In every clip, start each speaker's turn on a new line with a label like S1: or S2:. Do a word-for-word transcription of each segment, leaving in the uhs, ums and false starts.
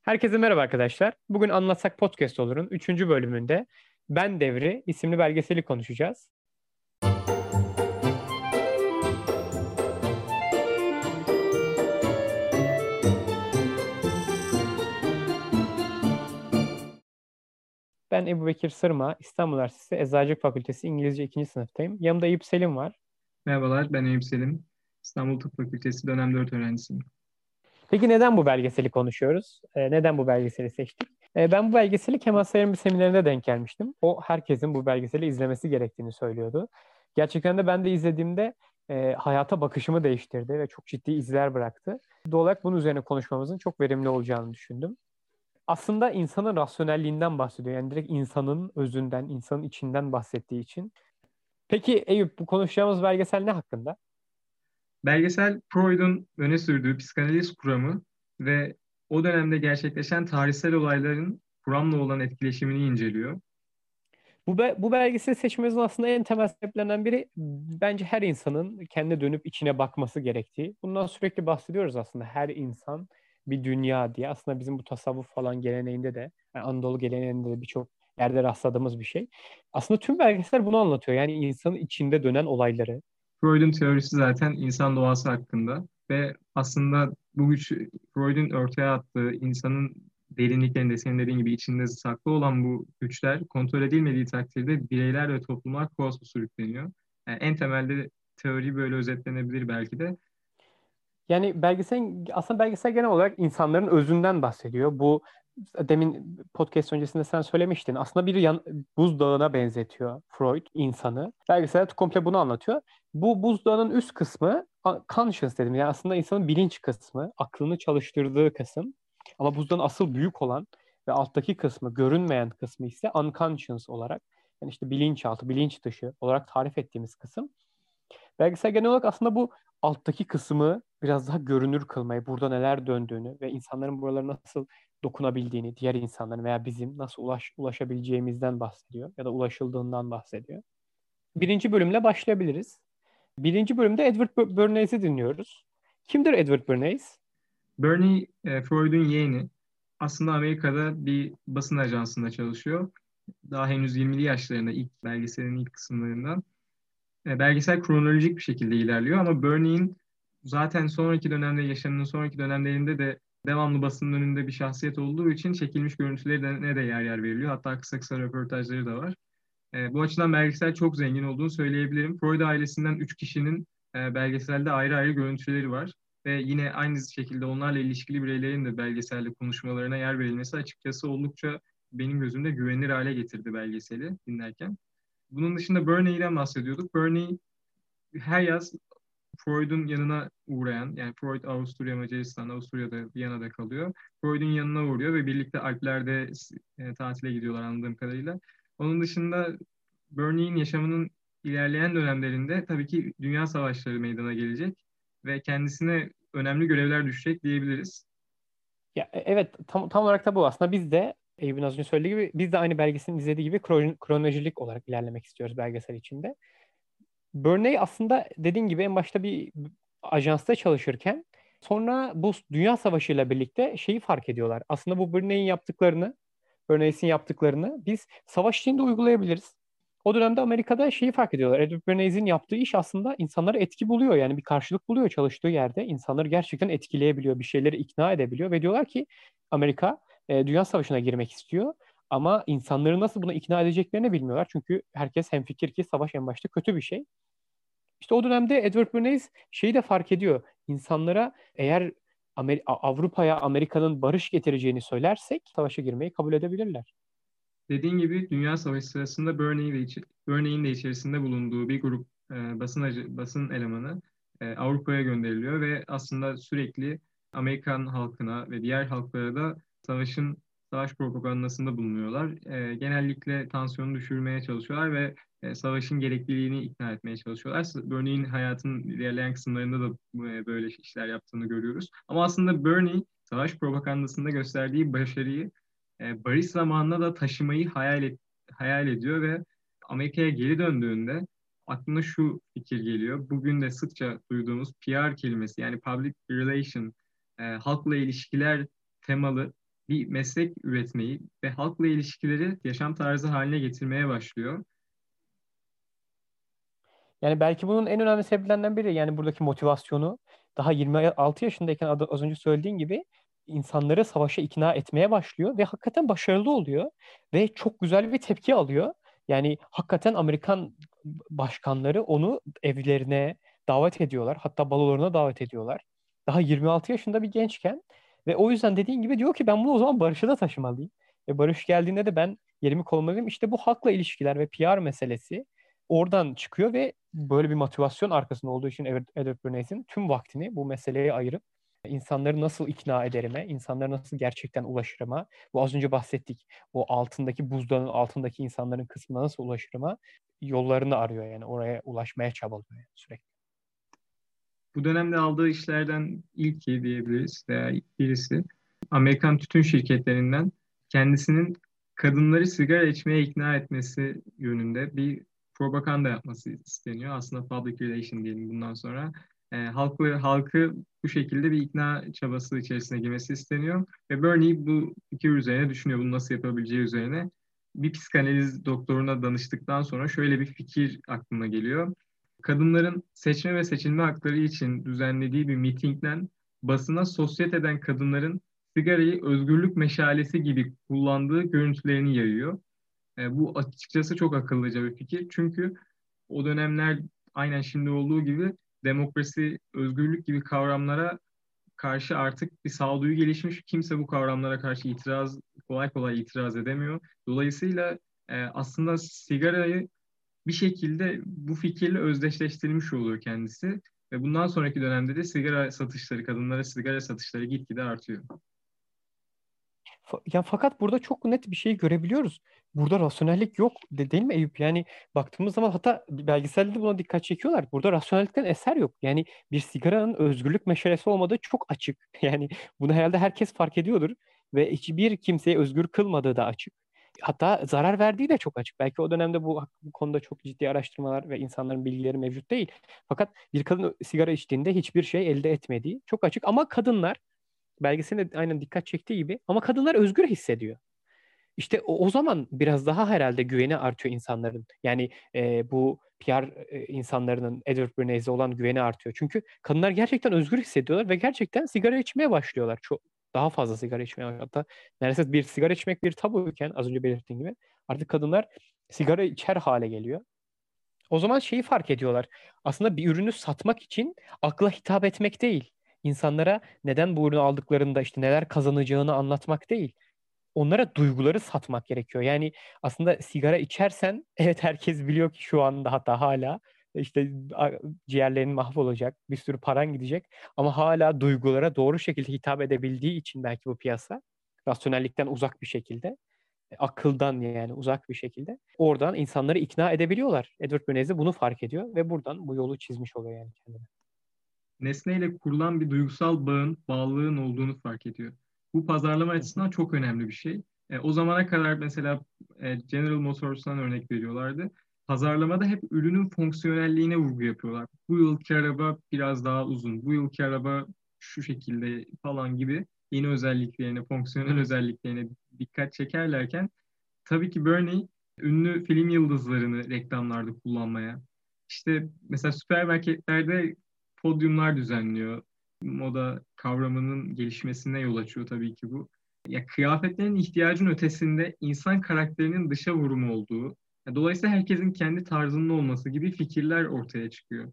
S1: Herkese merhaba arkadaşlar. Bugün Anlatsak Podcast olur'un üçüncü bölümünde Ben Devri isimli belgeseli konuşacağız. Ben Ebu Bekir Sırma, İstanbul Üniversitesi Eczacılık Fakültesi İngilizce ikinci sınıftayım. Yanımda Eyüp Selim var.
S2: Merhabalar, ben Eyüp Selim. İstanbul Tıp Fakültesi dönem dört öğrencisiyim.
S1: Peki neden bu belgeseli konuşuyoruz? Ee, neden bu belgeseli seçtik? Ee, ben bu belgeseli Kemal Sayar'ın bir seminerinde denk gelmiştim. O herkesin bu belgeseli izlemesi gerektiğini söylüyordu. Gerçekten de ben de izlediğimde e, hayata bakışımı değiştirdi ve çok ciddi izler bıraktı. Doğal olarak bunun üzerine konuşmamızın çok verimli olacağını düşündüm. Aslında insanın rasyonelliğinden bahsediyor. Yani direkt insanın özünden, insanın içinden bahsettiği için. Peki Eyüp, bu konuşacağımız belgesel ne hakkında?
S2: Belgesel, Freud'un öne sürdüğü psikanaliz kuramı ve o dönemde gerçekleşen tarihsel olayların kuramla olan etkileşimini inceliyor.
S1: Bu, be- bu belgeseli seçmemizin aslında en temel sebeplerinden biri bence her insanın kendine dönüp içine bakması gerektiği. Bundan sürekli bahsediyoruz aslında. Her insan bir dünya diye. Aslında bizim bu tasavvuf falan geleneğinde de, yani Anadolu geleneğinde de birçok yerde rastladığımız bir şey. Aslında tüm belgesel bunu anlatıyor. Yani insanın içinde dönen olayları.
S2: Freud'un teorisi zaten insan doğası hakkında ve aslında bu güç Freud'un ortaya attığı insanın derinliklerinde senin dediğin gibi içinde saklı olan bu güçler kontrol edilmediği takdirde bireyler ve toplumlar kaosa sürükleniyor. Yani en temelde teori böyle özetlenebilir belki de.
S1: Yani belgesel aslında belgesel genel olarak insanların özünden bahsediyor. Bu demin podcast öncesinde sen söylemiştin. Aslında bir yan, buzdağına benzetiyor Freud insanı. Belgesel komple bunu anlatıyor. Bu buzdağının üst kısmı a- conscious dedim. Yani aslında insanın bilinç kısmı, aklını çalıştırdığı kısım. Ama buzdağın asıl büyük olan ve alttaki kısmı, görünmeyen kısmı ise unconscious olarak, yani işte bilinçaltı, bilinç dışı olarak tarif ettiğimiz kısım. Belgesel genel olarak aslında bu alttaki kısmı biraz daha görünür kılmayı, burada neler döndüğünü ve insanların buralara nasıl dokunabildiğini, diğer insanların veya bizim nasıl ulaş, ulaşabileceğimizden bahsediyor ya da ulaşıldığından bahsediyor. Birinci bölümle başlayabiliriz. Birinci bölümde Edward Ber- Bernays'i dinliyoruz. Kimdir Edward Bernays?
S2: Bernie, e, Freud'un yeğeni. Aslında Amerika'da bir basın ajansında çalışıyor. Daha henüz yirmili yaşlarında ilk belgeselin ilk kısımlarından. E, belgesel kronolojik bir şekilde ilerliyor ama Bernie'in zaten sonraki dönemde yaşamının sonraki dönemlerinde de devamlı basının önünde bir şahsiyet olduğu için çekilmiş görüntüleri de, ne de yer yer veriliyor. Hatta kısa kısa röportajları da var. E, bu açıdan belgesel çok zengin olduğunu söyleyebilirim. Freud ailesinden üç kişinin e, belgeselde ayrı ayrı görüntüleri var. Ve yine aynı şekilde onlarla ilişkili bireylerin de belgeselde konuşmalarına yer verilmesi açıkçası oldukça benim gözümde güvenilir hale getirdi belgeseli dinlerken. Bunun dışında Burney'den bahsediyorduk. Burney her yaz Freud'un yanına uğrayan, yani Freud Avusturya, Macaristan, Avusturya'da, Viyana'da kalıyor. Freud'un yanına uğruyor ve birlikte Alplerde e, tatile gidiyorlar anladığım kadarıyla. Onun dışında Burney'in yaşamının ilerleyen dönemlerinde tabii ki dünya savaşları meydana gelecek ve kendisine önemli görevler düşecek diyebiliriz.
S1: Ya, e- evet, tam, tam olarak da bu aslında. Biz de Eyüp'ün az önce söylediği gibi biz de aynı belgeselin izlediği gibi kron- kronolojik olarak ilerlemek istiyoruz belgesel içinde. Burney aslında dediğin gibi en başta bir ajansta çalışırken sonra bu Dünya Savaşı ile birlikte şeyi fark ediyorlar. Aslında bu Burney'in yaptıklarını, Bernays'in yaptıklarını biz savaş içinde uygulayabiliriz. O dönemde Amerika'da şeyi fark ediyorlar. Edward Bernays'in yaptığı iş aslında insanları etki buluyor. Yani bir karşılık buluyor çalıştığı yerde. İnsanları gerçekten etkileyebiliyor, bir şeyleri ikna edebiliyor ve diyorlar ki Amerika e, Dünya Savaşı'na girmek istiyor. Ama insanları nasıl buna ikna edeceklerini bilmiyorlar. Çünkü herkes hemfikir ki savaş en başta kötü bir şey. İşte o dönemde Edward Bernays şeyi de fark ediyor. İnsanlara eğer Amer- Avrupa'ya Amerika'nın barış getireceğini söylersek savaşa girmeyi kabul edebilirler.
S2: Dediğin gibi Dünya Savaşı sırasında Burney ve içi- Burney'in de içerisinde bulunduğu bir grup e, basın acı- basın elemanı e, Avrupa'ya gönderiliyor ve aslında sürekli Amerikan halkına ve diğer halklara da savaşın savaş propagandasında bulunuyorlar. E, genellikle tansiyonu düşürmeye çalışıyorlar ve e, savaşın gerekliliğini ikna etmeye çalışıyorlar. S- Burney'in hayatının ilerleyen kısımlarında da e, böyle işler yaptığını görüyoruz. Ama aslında Burney savaş propagandasında gösterdiği başarıyı e, barış zamanına da taşımayı hayal, et, hayal ediyor ve Amerika'ya geri döndüğünde aklına şu fikir geliyor. Bugün de sıkça duyduğumuz P R kelimesi, yani Public Relation, e, halkla ilişkiler temalı bir meslek üretmeyi ve halkla ilişkileri yaşam tarzı haline getirmeye başlıyor.
S1: Yani belki bunun en önemli sebeplerinden biri yani buradaki motivasyonu daha yirmi altı yaşındayken adı- az önce söylediğin gibi insanları savaşa ikna etmeye başlıyor ve hakikaten başarılı oluyor ve çok güzel bir tepki alıyor. Yani hakikaten Amerikan başkanları onu evlerine davet ediyorlar. Hatta balolarına davet ediyorlar. Daha yirmi altı yaşında bir gençken ve o yüzden dediğin gibi diyor ki ben bunu o zaman barışa da taşımalıyım. Ve barış geldiğinde de ben yerimi korumalıyım. İşte bu halkla ilişkiler ve P R meselesi oradan çıkıyor ve böyle bir motivasyon arkasında olduğu için Edward Edward Bernays'in tüm vaktini bu meseleye ayırıp insanları nasıl ikna ederime, insanlara nasıl gerçekten ulaşırıma, bu az önce bahsettik, o altındaki buzdağının altındaki insanların kısmına nasıl ulaşırıma yollarını arıyor yani oraya ulaşmaya çabalıyor yani sürekli.
S2: Bu dönemde aldığı işlerden ilki diyebiliriz veya ilk birisi Amerikan tütün şirketlerinden kendisinin kadınları sigara içmeye ikna etmesi yönünde bir propaganda yapması isteniyor. Aslında public relation diyelim bundan sonra. E, halkı, halkı bu şekilde bir ikna çabası içerisine girmesi isteniyor. Ve Bernie bu fikir üzerine düşünüyor. Bunu nasıl yapabileceği üzerine. Bir psikanaliz doktoruna danıştıktan sonra şöyle bir fikir aklına geliyor. Kadınların seçme ve seçilme hakları için düzenlediği bir mitingden basına sosyeteden kadınların sigarayı özgürlük meşalesi gibi kullandığı görüntülerini yayıyor. E, bu açıkçası çok akıllıca bir fikir. Çünkü o dönemler aynen şimdi olduğu gibi demokrasi, özgürlük gibi kavramlara karşı artık bir sağduyu gelişmiş. Kimse bu kavramlara karşı itiraz kolay kolay itiraz edemiyor. Dolayısıyla e, aslında sigarayı bir şekilde bu fikirle özdeşleştirilmiş oluyor kendisi. Ve bundan sonraki dönemde de sigara satışları, kadınlara sigara satışları gitgide artıyor.
S1: Fa- Ya fakat burada çok net bir şey görebiliyoruz. Burada rasyonellik yok de, değil mi Eyüp? Yani baktığımız zaman hatta belgeselde de buna dikkat çekiyorlar. Burada rasyonellikten eser yok. Yani bir sigaranın özgürlük meşalesi olmadığı çok açık. Yani bunu herhalde herkes fark ediyordur. Ve hiçbir kimseye özgür kılmadığı da açık. Hatta zarar verdiği de çok açık. Belki o dönemde bu, bu konuda çok ciddi araştırmalar ve insanların bilgileri mevcut değil. Fakat bir kadın sigara içtiğinde hiçbir şey elde etmediği çok açık. Ama kadınlar belgeselin de aynen dikkat çektiği gibi ama kadınlar özgür hissediyor. İşte o, o zaman biraz daha herhalde güveni artıyor insanların. Yani e, bu P R e, insanların Edward Bernays'e olan güveni artıyor. Çünkü kadınlar gerçekten özgür hissediyorlar ve gerçekten sigara içmeye başlıyorlar. Çok daha fazla sigara içmeye başlıyor. Hatta neredeyse bir sigara içmek bir tabuyken az önce belirttiğim gibi artık kadınlar sigara içer hale geliyor. O zaman şeyi fark ediyorlar. Aslında bir ürünü satmak için akla hitap etmek değil. İnsanlara neden bu ürünü aldıklarında işte neler kazanacağını anlatmak değil. Onlara duyguları satmak gerekiyor. Yani aslında sigara içersen evet herkes biliyor ki şu anda hatta hala işte a- ciğerlerin mahvolacak, bir sürü paran gidecek ama hala duygulara doğru şekilde hitap edebildiği için belki bu piyasa rasyonellikten uzak bir şekilde akıldan yani uzak bir şekilde oradan insanları ikna edebiliyorlar. Edward Bernays de bunu fark ediyor ve buradan bu yolu çizmiş oluyor yani kendine.
S2: Nesneyle kurulan bir duygusal bağın, bağlılığın olduğunu fark ediyor. Bu pazarlama
S1: Hı hı.
S2: açısından çok önemli bir şey. E, o zamana kadar mesela e, General Motors'tan örnek veriyorlardı. Pazarlamada hep ürünün fonksiyonelliğine vurgu yapıyorlar. Bu yılki araba biraz daha uzun, bu yılki araba şu şekilde falan gibi yeni özelliklerine, fonksiyonel özelliklerine dikkat çekerlerken tabii ki Bernie ünlü film yıldızlarını reklamlarda kullanmaya, işte mesela süpermarketlerde podyumlar düzenliyor. Moda kavramının gelişmesine yol açıyor tabii ki bu. Ya kıyafetlerin ihtiyacın ötesinde insan karakterinin dışa vurumu olduğu, ya dolayısıyla herkesin kendi tarzının olması gibi fikirler ortaya çıkıyor.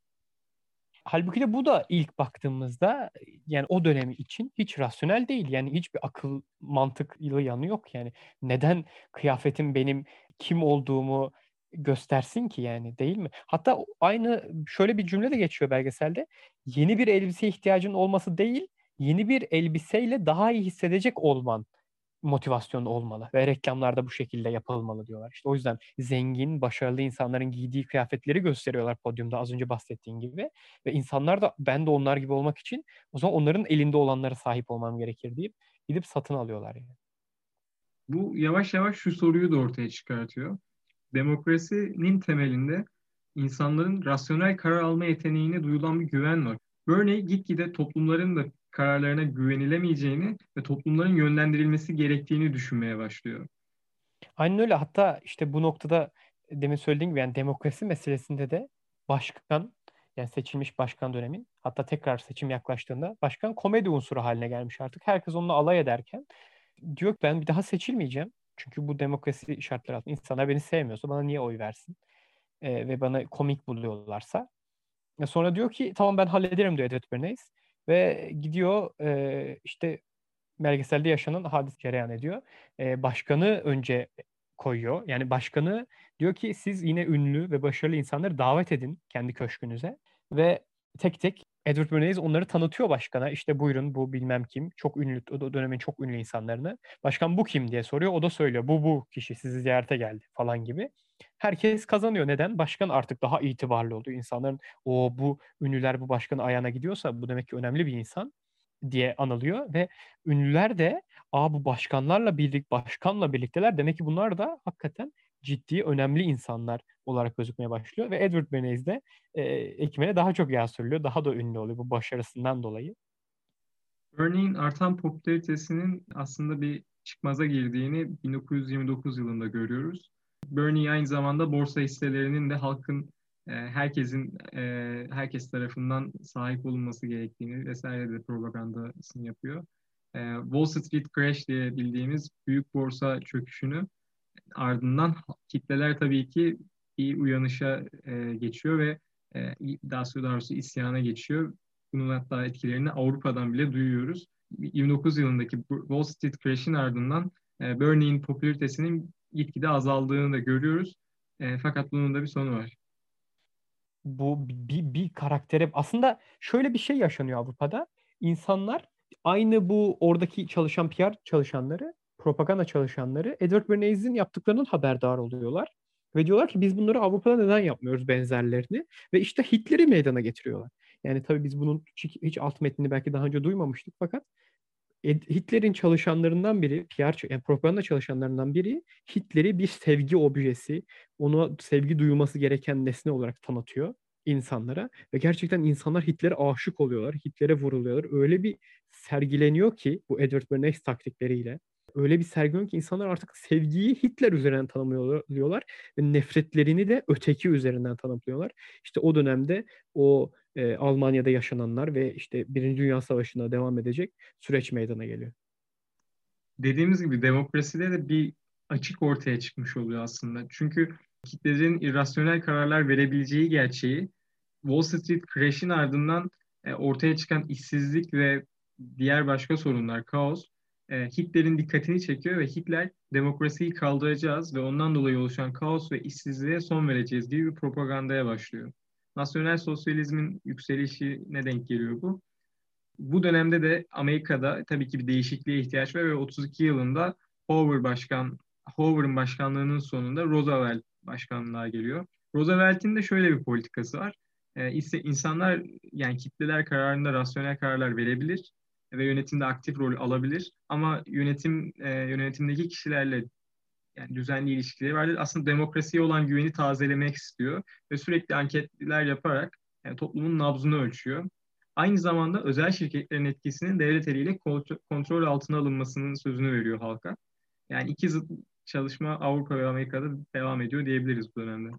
S1: Halbuki de bu da ilk baktığımızda yani o dönemi için hiç rasyonel değil. Yani hiçbir akıl mantıklı yanı yok yani. Neden kıyafetim benim kim olduğumu göstersin ki yani değil mi? Hatta aynı şöyle bir cümle de geçiyor belgeselde. Yeni bir elbiseye ihtiyacın olması değil, yeni bir elbiseyle daha iyi hissedecek olman motivasyon olmalı ve reklamlarda bu şekilde yapılmalı diyorlar. İşte o yüzden zengin, başarılı insanların giydiği kıyafetleri gösteriyorlar podyumda az önce bahsettiğin gibi ve insanlar da ben de onlar gibi olmak için o zaman onların elinde olanlara sahip olmam gerekir deyip gidip satın alıyorlar yani.
S2: Bu yavaş yavaş şu soruyu da ortaya çıkartıyor. Demokrasinin temelinde insanların rasyonel karar alma yeteneğine duyulan bir güven var. Bernie gitgide toplumların da kararlarına güvenilemeyeceğini ve toplumların yönlendirilmesi gerektiğini düşünmeye başlıyor.
S1: Aynen öyle. Hatta işte bu noktada demin söylediğim gibi yani demokrasi meselesinde de başkan, yani seçilmiş başkan dönemin, hatta tekrar seçim yaklaştığında başkan komedi unsuru haline gelmiş artık. Herkes onunla alay ederken diyor ki ben bir daha seçilmeyeceğim. Çünkü bu demokrasi şartları altında insanlar beni sevmiyorsa bana niye oy versin? Ee, ve bana komik buluyorlarsa. E sonra diyor ki tamam ben hallederim diyor Edward Bernays. Ve gidiyor e, işte belgeselde yaşanan hadis cereyan ediyor. Ee, başkanı önce koyuyor. Yani başkanı diyor ki siz yine ünlü ve başarılı insanları davet edin kendi köşkünüze ve tek tek Edward Bernays onları tanıtıyor başkana. İşte buyurun bu bilmem kim. Çok ünlü, o dönemin çok ünlü insanlarını. Başkan bu kim diye soruyor. O da söylüyor. Bu bu kişi sizi ziyarete geldi falan gibi. Herkes kazanıyor. Neden? Başkan artık daha itibarlı oluyor. İnsanların o bu ünlüler bu başkanın ayağına gidiyorsa bu demek ki önemli bir insan diye anılıyor ve ünlüler de aa bu başkanlarla birlik başkanla birlikteler demek ki bunlar da hakikaten ciddi önemli insanlar olarak gözükmeye başlıyor ve Edward Bernays de e, ekmeğine daha çok yağ sürülüyor. Daha da ünlü oluyor bu başarısından dolayı.
S2: Örneğin artan popülaritesinin aslında bir çıkmaza girdiğini bin dokuz yüz yirmi dokuz yılında görüyoruz. Bernie aynı zamanda borsa hisselerinin de halkın e, herkesin e, herkes tarafından sahip olunması gerektiğini vesaire de propagandasını yapıyor. E, Wall Street Crash diye bildiğimiz büyük borsa çöküşünü ardından kitleler tabii ki bir uyanışa e, geçiyor ve e, daha doğrusu isyana geçiyor. Bunun hatta etkilerini Avrupa'dan bile duyuyoruz. yirmi dokuz yılındaki Wall Street Crash'in ardından e, Bernie'nin popülaritesinin gitgide azaldığını da görüyoruz. E, fakat bunun da bir sonu var.
S1: Bu bir, bir karaktere aslında şöyle bir şey yaşanıyor Avrupa'da. İnsanlar aynı bu oradaki çalışan P R çalışanları, propaganda çalışanları Edward Bernays'in yaptıklarının haberdar oluyorlar. Ve diyorlar ki biz bunları Avrupa'da neden yapmıyoruz benzerlerini? Ve işte Hitler'i meydana getiriyorlar. Yani tabii biz bunun hiç, hiç alt metnini belki daha önce duymamıştık fakat Hitler'in çalışanlarından biri, P R, yani propaganda çalışanlarından biri Hitler'i bir sevgi objesi, ona sevgi duyulması gereken nesne olarak tanıtıyor insanlara. Ve gerçekten insanlar Hitler'e aşık oluyorlar, Hitler'e vuruluyorlar. Öyle bir sergileniyor ki bu Edward Bernays taktikleriyle. Öyle bir sergileniyor ki insanlar artık sevgiyi Hitler üzerinden tanımlıyorlar ve nefretlerini de öteki üzerinden tanımlıyorlar. İşte o dönemde o e, Almanya'da yaşananlar ve işte Birinci Dünya Savaşı'na devam edecek süreç meydana geliyor.
S2: Dediğimiz gibi demokraside de bir açık ortaya çıkmış oluyor aslında. Çünkü kitlerin irrasyonel kararlar verebileceği gerçeği Wall Street Crash'in ardından e, ortaya çıkan işsizlik ve diğer başka sorunlar, kaos, e, Hitler'in dikkatini çekiyor ve Hitler demokrasiyi kaldıracağız ve ondan dolayı oluşan kaos ve işsizliğe son vereceğiz gibi bir propagandaya başlıyor. Nasyonel sosyalizmin yükselişine denk geliyor bu. Bu dönemde de Amerika'da tabii ki bir değişikliğe ihtiyaç var ve otuz iki yılında Hoover başkan Hoover'ın başkanlığının sonunda Roosevelt başkanlığa geliyor. Roosevelt'in de şöyle bir politikası var. Ee, ise insanlar yani kitleler kararında rasyonel kararlar verebilir ve yönetimde aktif rol alabilir. Ama yönetim e, yönetimdeki kişilerle yani düzenli ilişkileri vardır. Aslında demokrasiye olan güveni tazelemek istiyor ve sürekli anketler yaparak yani toplumun nabzını ölçüyor. Aynı zamanda özel şirketlerin etkisinin devlet eliyle kontrol altına alınmasının sözünü veriyor halka. Yani iki zıt çalışma Avrupa ve Amerika'da devam ediyor diyebiliriz bu dönemde.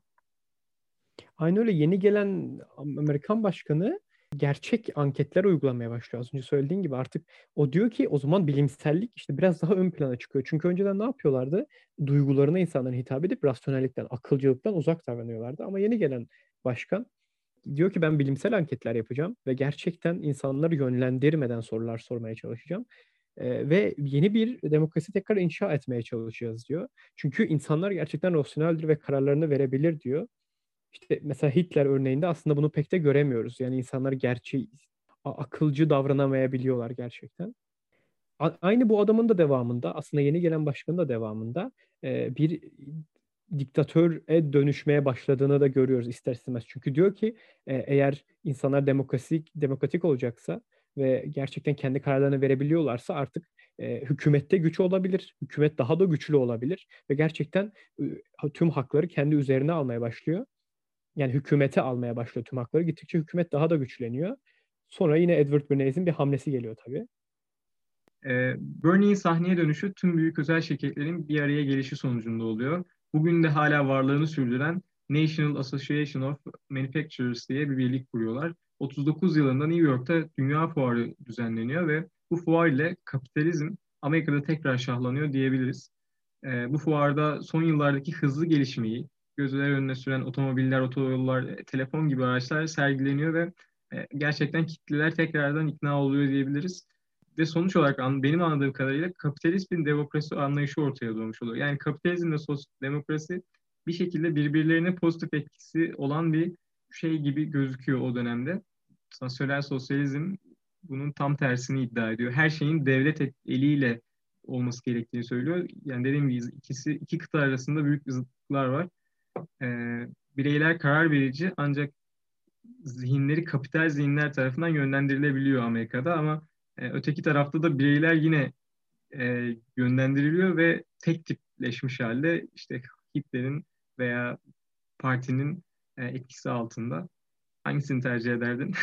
S1: Aynı öyle yeni gelen Amerikan başkanı gerçek anketler uygulamaya başlıyor. Az önce söylediğin gibi artık o diyor ki o zaman bilimsellik işte biraz daha ön plana çıkıyor. Çünkü önceden ne yapıyorlardı? Duygularına insanlara hitap edip rasyonellikten, akılcılıktan uzak davranıyorlardı. Ama yeni gelen başkan diyor ki ben bilimsel anketler yapacağım ve gerçekten insanları yönlendirmeden sorular sormaya çalışacağım. Ee, ve yeni bir demokrasi tekrar inşa etmeye çalışacağız diyor. Çünkü insanlar gerçekten rasyoneldir ve kararlarını verebilir diyor. İşte mesela Hitler örneğinde aslında bunu pek de göremiyoruz. Yani insanlar gerçeği akılcı davranamayabiliyorlar gerçekten. A- aynı bu adamın da devamında aslında yeni gelen başkanın da devamında e, bir diktatöre dönüşmeye başladığını da görüyoruz ister istemez. Çünkü diyor ki e, eğer insanlar demokrasi demokratik olacaksa ve gerçekten kendi kararlarını verebiliyorlarsa artık e, hükümette güç olabilir. Hükümet daha da güçlü olabilir ve gerçekten e, tüm hakları kendi üzerine almaya başlıyor. Yani hükümete almaya başlıyor tüm hakları. Gittikçe hükümet daha da güçleniyor. Sonra yine Edward Bernays'in bir hamlesi geliyor tabii.
S2: E, Bernie'in sahneye dönüşü tüm büyük özel şirketlerin bir araya gelişi sonucunda oluyor. Bugün de hala varlığını sürdüren National Association of Manufacturers diye bir birlik kuruyorlar. otuz dokuz yılında New York'ta Dünya Fuarı düzenleniyor ve bu fuar ile kapitalizm Amerika'da tekrar şahlanıyor diyebiliriz. E, bu fuarda son yıllardaki hızlı gelişmeyi, gözler önüne süren otomobiller, otoyollar, e, telefon gibi araçlar sergileniyor ve e, gerçekten kitleler tekrardan ikna oluyor diyebiliriz. Ve sonuç olarak benim anladığım kadarıyla kapitalist bir demokrasi anlayışı ortaya doğmuş oluyor. Yani kapitalizmle sos demokrasi bir şekilde birbirlerine pozitif etkisi olan bir şey gibi gözüküyor o dönemde. Sosyal sosyalizm bunun tam tersini iddia ediyor. Her şeyin devlet eliyle olması gerektiğini söylüyor. Yani dediğim gibi ikisi iki kıta arasında büyük zıtlıklar var. Ee, bireyler karar verici ancak zihinleri kapital zihinler tarafından yönlendirilebiliyor Amerika'da ama e, öteki tarafta da bireyler yine e, yönlendiriliyor ve tek tipleşmiş halde işte Hitler'in veya partinin e, etkisi altında. Hangisini tercih ederdin?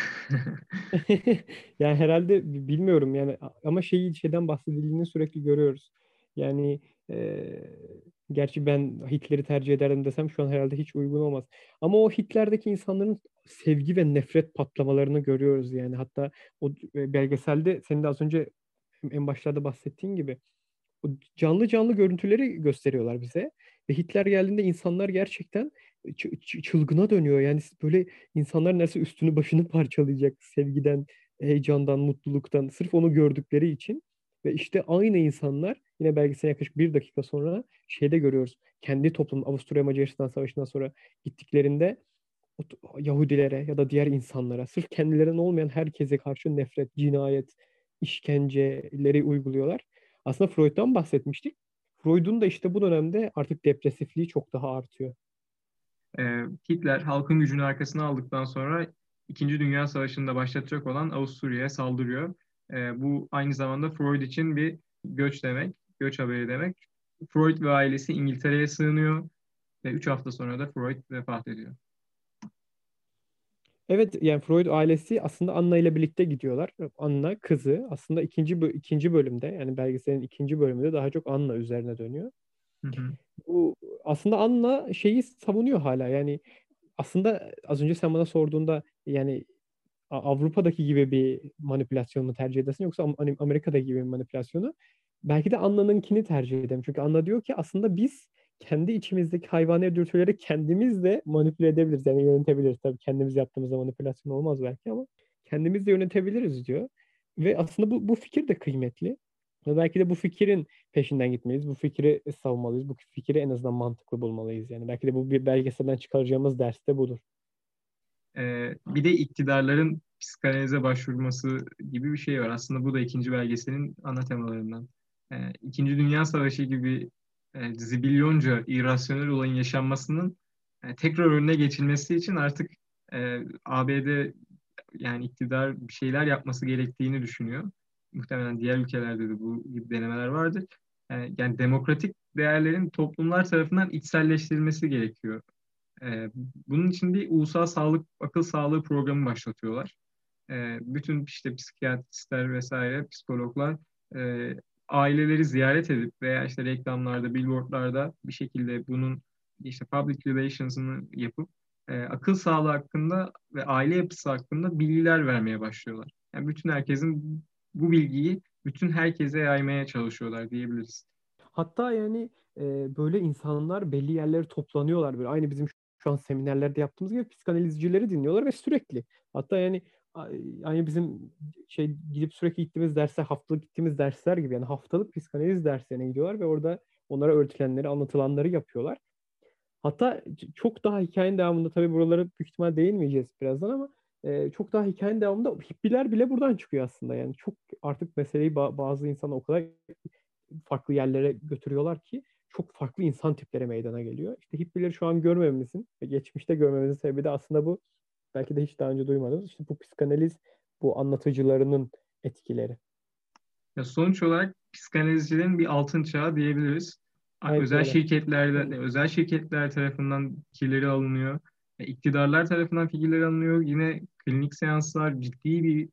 S1: Yani herhalde bi- bilmiyorum yani ama şeyi şeyden bahsedildiğini sürekli görüyoruz. Yani e, gerçi ben Hitler'i tercih ederdim desem şu an herhalde hiç uygun olmaz. Ama o Hitler'deki insanların sevgi ve nefret patlamalarını görüyoruz yani. Hatta o e, belgeselde senin de az önce en başlarda bahsettiğin gibi o canlı canlı görüntüleri gösteriyorlar bize. Ve Hitler geldiğinde insanlar gerçekten ç- ç- çılgına dönüyor. Yani böyle insanlar neredeyse üstünü başını parçalayacak sevgiden, heyecandan, mutluluktan sırf onu gördükleri için. Ve işte aynı insanlar yine belgesel yaklaşık bir dakika sonra şeyde görüyoruz. Kendi toplum Avusturya Macaristan Savaşı'ndan sonra gittiklerinde o t- Yahudilere ya da diğer insanlara sırf kendilerinden olmayan herkese karşı nefret, cinayet, işkenceleri uyguluyorlar. Aslında Freud'dan bahsetmiştik. Freud'un da işte bu dönemde artık depresifliği çok daha artıyor.
S2: e, Hitler halkın gücünü arkasına aldıktan sonra İkinci Dünya Savaşı'nda başlatacak olan Avusturya'ya saldırıyor. E, bu aynı zamanda Freud için bir göç demek, göç haberi demek. Freud ve ailesi İngiltere'ye sığınıyor ve üç hafta sonra da Freud vefat ediyor.
S1: Evet yani Freud ailesi aslında Anna ile birlikte gidiyorlar. Anna kızı aslında ikinci bö- ikinci bölümde yani belgeselin ikinci bölümünde daha çok Anna üzerine dönüyor.
S2: Hı hı.
S1: Bu aslında Anna şeyi savunuyor hala yani aslında az önce sen bana sorduğunda yani A- Avrupa'daki gibi bir manipülasyon mu tercih edersin yoksa Am- hani Amerika'daki gibi bir manipülasyonu? Belki de Anna'nınkini tercih ederim. Çünkü Anna diyor ki aslında biz kendi içimizdeki hayvani dürtüleri kendimiz de manipüle edebiliriz. Yani yönetebiliriz. Tabii kendimiz yaptığımızda manipülasyon olmaz belki ama kendimiz de yönetebiliriz diyor. Ve aslında bu, bu fikir de kıymetli. Ve belki de bu fikrin peşinden gitmeliyiz. Bu fikri savunmalıyız. Bu fikri en azından mantıklı bulmalıyız. Yani belki de bu bir belgeselden çıkaracağımız ders de budur.
S2: Ee, bir de iktidarların psikanalize başvurması gibi bir şey var. Aslında bu da ikinci belgeselin ana temalarından. Ee, İkinci Dünya Savaşı gibi e, zibilyonca irrasyonel olayın yaşanmasının e, tekrar önüne geçilmesi için artık e, A B D yani iktidar bir şeyler yapması gerektiğini düşünüyor. Muhtemelen diğer ülkelerde de bu gibi denemeler vardır. E, yani demokratik değerlerin toplumlar tarafından içselleştirilmesi gerekiyor. Ee, bunun için bir ulusal sağlık, akıl sağlığı programı başlatıyorlar. Ee, bütün işte psikiyatristler vesaire, psikologlar e, aileleri ziyaret edip veya işte reklamlarda, billboardlarda bir şekilde bunun işte public relations'ını yapıp e, akıl sağlığı hakkında ve aile yapısı hakkında bilgiler vermeye başlıyorlar. Yani bütün herkesin bu bilgiyi bütün herkese yaymaya çalışıyorlar diyebiliriz.
S1: Hatta yani e, böyle insanlar belli yerlere toplanıyorlar. Böyle aynı bizim şu an seminerlerde yaptığımız gibi psikanalizcileri dinliyorlar ve sürekli. Hatta yani a- aynı bizim şey gidip sürekli gittiğimiz dersler, haftalık gittiğimiz dersler gibi yani haftalık psikanaliz derslerine gidiyorlar ve orada onlara öğretilenleri, anlatılanları yapıyorlar. Hatta c- çok daha hikayenin devamında tabii buraları büyük ihtimal değinmeyeceğiz birazdan ama e, çok daha hikayenin devamında hippiler bile buradan çıkıyor aslında. Yani çok artık meseleyi ba- bazı insanlar o kadar farklı yerlere götürüyorlar ki çok farklı insan tipleri meydana geliyor. İşte hippileri şu an görmememizin ve geçmişte görmememizin sebebi de aslında bu. Belki de hiç daha önce duymadığımız işte bu psikanaliz, bu anlatıcılarının etkileri.
S2: Ya sonuç olarak psikanalizcilerin bir altın çağı diyebiliriz. A-
S1: Evet
S2: Özel
S1: böyle.
S2: şirketlerde, özel şirketler tarafından fikirleri alınıyor. E, iktidarlar tarafından fikirleri alınıyor. Yine klinik seanslar ciddi bir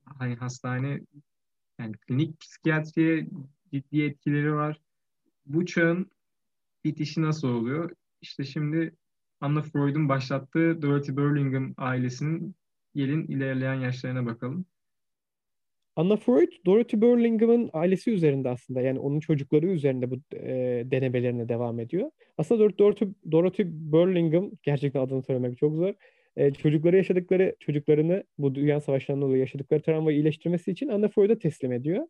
S2: hani hastane, yani klinik psikiyatriye ciddi etkileri var. Bu çağın bitişi nasıl oluyor? İşte şimdi Anna Freud'un başlattığı Dorothy Burlingham ailesinin gelin ilerleyen yaşlarına bakalım.
S1: Anna Freud, Dorothy Burlingham'ın ailesi üzerinde aslında yani onun çocukları üzerinde bu e, denemelerine devam ediyor. Aslında Dor- Dorothy, Dorothy Burlingham gerçekten adını söylemek çok zor. E, çocukları yaşadıkları çocuklarını bu Dünya Savaşları'ndan dolayı yaşadıkları travmayı iyileştirmesi için Anna Freud'a teslim ediyor.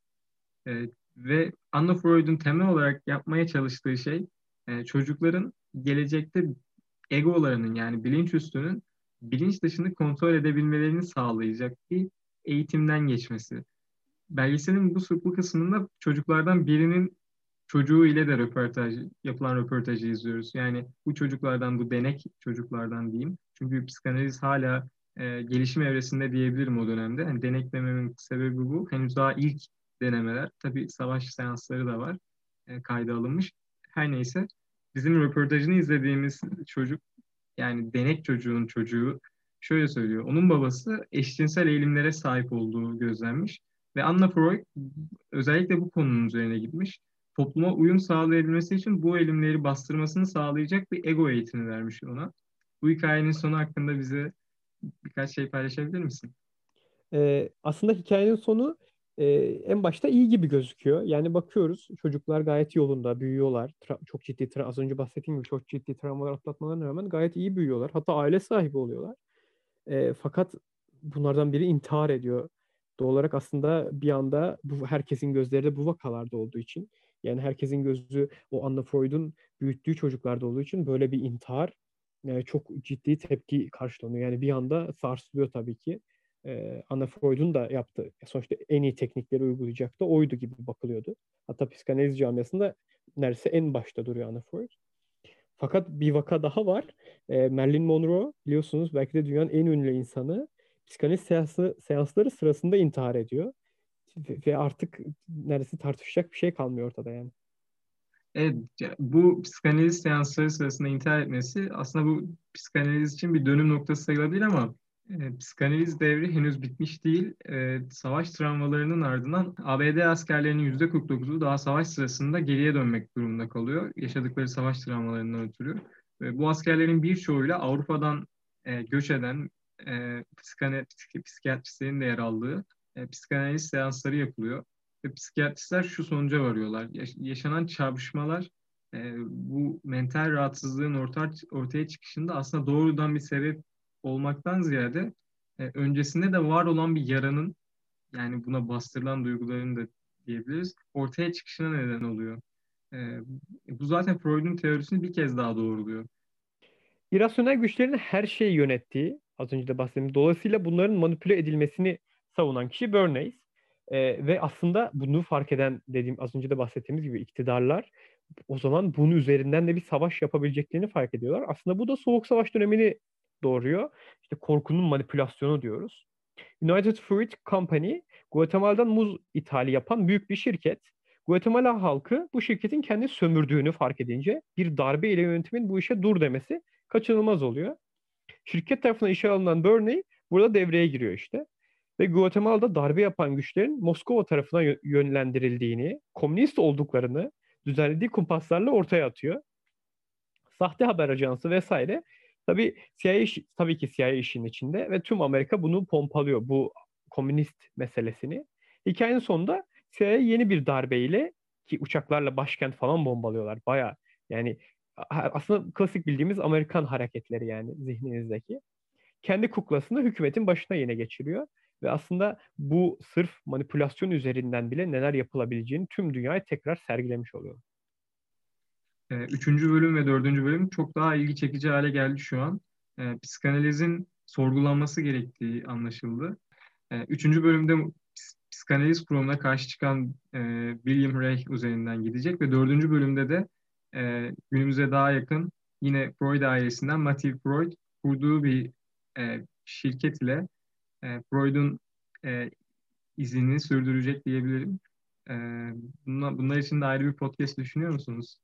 S2: Ee, ve Anna Freud'un temel olarak yapmaya çalıştığı şey e, çocukların gelecekte egolarının, yani bilinç üstünün bilinç dışını kontrol edebilmelerini sağlayacak bir eğitimden geçmesi. Belgeselin bu, bu kısmında çocuklardan birinin çocuğu ile de röportaj, yapılan röportajı izliyoruz. Yani bu çocuklardan, bu denek çocuklardan diyeyim. Çünkü psikanaliz hala e, gelişim evresinde diyebilirim o dönemde. Yani denek dememin sebebi bu. Henüz daha ilk denemeler. Tabii savaş seansları da var. E, kayda alınmış. Her neyse. Bizim röportajını izlediğimiz çocuk, yani denek çocuğun çocuğu şöyle söylüyor. Onun babası eşcinsel eğilimlere sahip olduğu gözlenmiş. Ve Anna Freud özellikle bu konunun üzerine gitmiş. Topluma uyum sağlayabilmesi için bu eğilimleri bastırmasını sağlayacak bir ego eğitimi vermiş ona. Bu hikayenin sonu hakkında bize birkaç şey paylaşabilir misin?
S1: E, aslında hikayenin sonu e, en başta iyi gibi gözüküyor. Yani bakıyoruz çocuklar gayet yolunda büyüyorlar. Tra- çok ciddi tra- az önce bahsettiğim gibi çok ciddi travmalar atlatmalarına rağmen gayet iyi büyüyorlar. Hatta aile sahibi oluyorlar. E, fakat bunlardan biri intihar ediyor. Doğal olarak aslında bir anda bu herkesin gözleri de bu vakalarda olduğu için yani herkesin gözü o Anna Freud'un büyüttüğü çocuklarda olduğu için böyle bir intihar e, çok ciddi tepki karşılanıyor. Yani bir anda sarsılıyor tabii ki. E, Anna Freud'un da yaptığı sonuçta en iyi teknikleri uygulayacak da oydu gibi bakılıyordu. Hatta psikanaliz camiasında neredeyse en başta duruyor Anna Freud. Fakat bir vaka daha var. E, Marilyn Monroe biliyorsunuz belki de dünyanın en ünlü insanı psikanaliz seansı, seansları sırasında intihar ediyor. Ve ve artık neredeyse tartışacak bir şey kalmıyor ortada yani.
S2: Evet, ya bu psikanaliz seansları sırasında intihar etmesi aslında bu psikanaliz için bir dönüm noktası sayılabilir ama e, psikanaliz devri henüz bitmiş değil. E, savaş travmalarının ardından A B D askerlerinin yüzde kırk dokuzu daha savaş sırasında geriye dönmek durumunda kalıyor. Yaşadıkları savaş travmalarından ötürü. Ve bu askerlerin birçoğuyla Avrupa'dan e, göç eden e, psikane, psik- psikiyatristlerin de yer aldığı e, psikanaliz seansları yapılıyor. Ve psikiyatristler şu sonuca varıyorlar. Yaş- yaşanan çarpışmalar e, bu mental rahatsızlığın orta, ortaya çıkışında aslında doğrudan bir sebep olmaktan ziyade e, öncesinde de var olan bir yaranın, yani buna bastırılan duyguların da diyebiliriz, ortaya çıkışına neden oluyor. E, bu zaten Freud'un teorisini bir kez daha doğruluyor.
S1: İrasyonel güçlerin her şeyi yönettiği, az önce de bahsettiğim, dolayısıyla bunların manipüle edilmesini savunan kişi Bernays. Ee, ve aslında bunu fark eden dediğim az önce de bahsettiğimiz gibi iktidarlar o zaman bunun üzerinden de bir savaş yapabileceklerini fark ediyorlar. Aslında bu da Soğuk Savaş dönemini doğuruyor. İşte korkunun manipülasyonu diyoruz. United Fruit Company, Guatemala'dan muz ithali yapan büyük bir şirket. Guatemala halkı bu şirketin kendi sömürdüğünü fark edince bir darbe ile yönetimin bu işe dur demesi kaçınılmaz oluyor. Şirket tarafından işe alınan Bernie burada devreye giriyor işte. Ve Guatemala'da darbe yapan güçlerin Moskova tarafına yönlendirildiğini, komünist olduklarını düzenlediği kumpaslarla ortaya atıyor. Sahte haber ajansı vesaire. Tabii C I A iş- tabii ki C I A işin içinde ve tüm Amerika bunu pompalıyor bu komünist meselesini. Hikayenin sonunda C I A yeni bir darbeyle ki uçaklarla başkent falan bombalıyorlar. Baya yani aslında klasik bildiğimiz Amerikan hareketleri yani zihninizdeki. Kendi kuklasını hükümetin başına yine geçiriyor. Ve aslında bu sırf manipülasyon üzerinden bile neler yapılabileceğini tüm dünyaya tekrar sergilemiş oluyor.
S2: E, üçüncü bölüm ve dördüncü bölüm çok daha ilgi çekici hale geldi şu an. E, psikanalizin sorgulanması gerektiği anlaşıldı. E, üçüncü bölümde ps- psikanaliz kurumuna karşı çıkan e, William Reich üzerinden gidecek ve dördüncü bölümde de e, günümüze daha yakın yine Freud ailesinden Matthew Freud kurduğu bir e, şirket ile e, Freud'un e, izini sürdürecek diyebilirim. E, bunlar, bunlar için de ayrı bir podcast düşünüyor musunuz?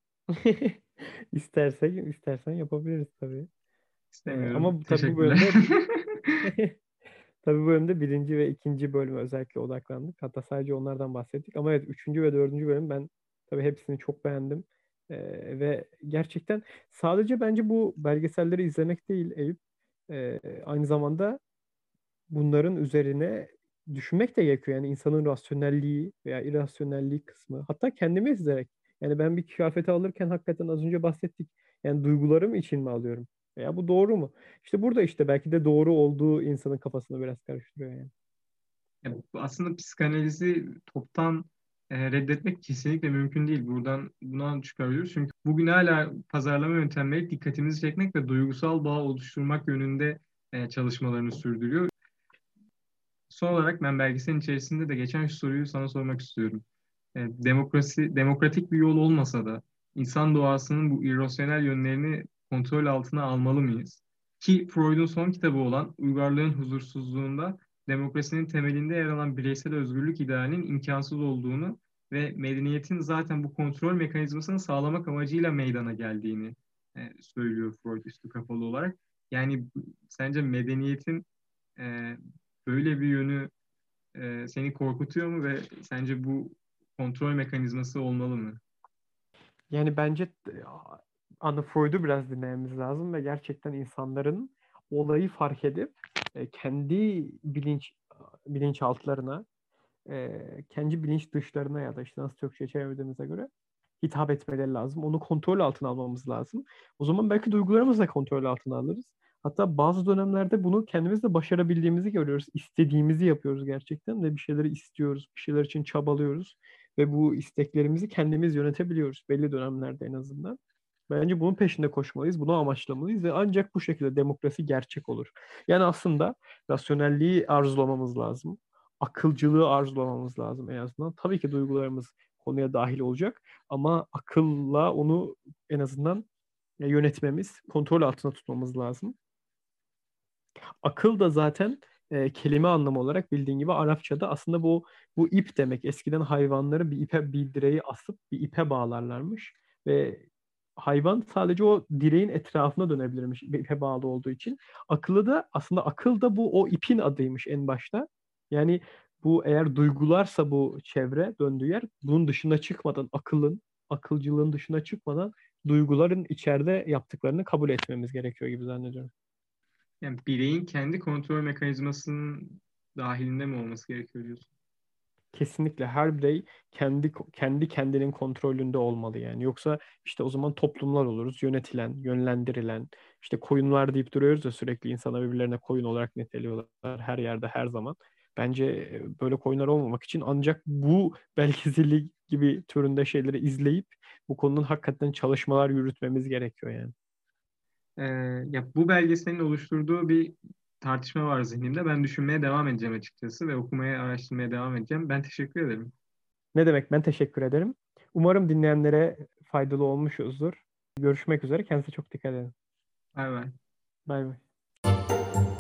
S1: İstersen, istersen yapabiliriz tabii. Ee,
S2: İstemiyorum.
S1: ama bu- tabii bu
S2: Teşekkürler.
S1: bölümde Tabii bu bölümde birinci ve ikinci bölüme özellikle odaklandık. Hatta sadece onlardan bahsettik. Ama evet üçüncü ve dördüncü bölüm ben tabii hepsini çok beğendim. Ee, ve gerçekten sadece bence bu belgeselleri izlemek değil Eyüp. Ee, aynı zamanda bunların üzerine düşünmek de gerekiyor. Yani insanın rasyonelliği veya irrasyonelliği kısmı. Hatta kendimi izleyerek. Yani ben bir kıyafeti alırken hakikaten az önce bahsettik. Yani duygularım için mi alıyorum? Veya bu doğru mu? İşte burada işte belki de doğru olduğu insanın kafasını biraz karıştırıyor yani.
S2: Ya, bu aslında psikanalizi toptan e, reddetmek kesinlikle mümkün değil. Buradan buna çıkarıyoruz. Çünkü bugün hala pazarlama yöntemleri dikkatimizi çekmek ve duygusal bağ oluşturmak yönünde e, çalışmalarını sürdürüyor. Son olarak ben belgeselin içerisinde de geçen şu soruyu sana sormak istiyorum. E, demokrasi, demokratik bir yol olmasa da insan doğasının bu irrasyonel yönlerini kontrol altına almalı mıyız? Ki Freud'un son kitabı olan Uygarlığın Huzursuzluğunda demokrasinin temelinde yer alan bireysel özgürlük idealinin imkansız olduğunu ve medeniyetin zaten bu kontrol mekanizmasını sağlamak amacıyla meydana geldiğini e, söylüyor Freud üstü kapalı olarak. Yani bu- sence medeniyetin e, böyle bir yönü e, seni korkutuyor mu ve sence bu kontrol mekanizması olmalı mı?
S1: Yani bence e, Anna Freud'u biraz dinlememiz lazım ve gerçekten insanların olayı fark edip e, kendi bilinç bilinçaltlarına, e, kendi bilinç dışlarına ya da işte nasıl Türkçe'ye çevirdiğimize göre hitap etmeleri lazım. Onu kontrol altına almamız lazım. O zaman belki duygularımızı da kontrol altına alırız. Hatta bazı dönemlerde bunu kendimiz de başarabildiğimizi görüyoruz. İstediğimizi yapıyoruz gerçekten ve bir şeyleri istiyoruz. Bir şeyler için çabalıyoruz. Ve bu isteklerimizi kendimiz yönetebiliyoruz. Belli dönemlerde en azından. Bence bunun peşinde koşmalıyız. Bunu amaçlamalıyız ve ancak bu şekilde demokrasi gerçek olur. Yani aslında rasyonelliği arzulamamız lazım. Akılcılığı arzulamamız lazım en azından. Tabii ki duygularımız konuya dahil olacak ama akılla onu en azından yönetmemiz, kontrol altına tutmamız lazım. Akıl da zaten e, kelime anlamı olarak bildiğin gibi Arapçada aslında bu bu ip demek. Eskiden hayvanları bir ipe bir direği asıp bir ipe bağlarlarmış ve hayvan sadece o direğin etrafına dönebilirmiş bir ipe bağlı olduğu için. Akıllı da aslında akıl da bu o ipin adıymış en başta. Yani bu eğer duygularsa bu çevre döndüğü yer bunun dışına çıkmadan akılın, akılcılığın dışına çıkmadan duyguların içeride yaptıklarını kabul etmemiz gerekiyor gibi zannediyorum.
S2: Yani bireyin kendi kontrol mekanizmasının dahilinde mi olması gerekiyor diyorsun?
S1: Kesinlikle her birey kendi kendi kendinin kontrolünde olmalı yani. Yoksa işte o zaman toplumlar oluruz. Yönetilen, yönlendirilen. İşte koyunlar deyip duruyoruz ya sürekli insana birbirlerine koyun olarak niteliyorlar her yerde her zaman. Bence e, böyle koyunlar olmamak için ancak bu belgeseli gibi türünde şeyleri izleyip bu konunun hakikaten çalışmalar yürütmemiz gerekiyor yani.
S2: Ee, ya bu belgeselin oluşturduğu bir tartışma var zihnimde. Ben düşünmeye devam edeceğim açıkçası ve okumaya, araştırmaya devam edeceğim. Ben teşekkür ederim.
S1: Ne demek, ben teşekkür ederim. Umarım dinleyenlere faydalı olmuşuzdur. Görüşmek üzere. Kendinize çok dikkat edin.
S2: Bay bay.
S1: Bay bay.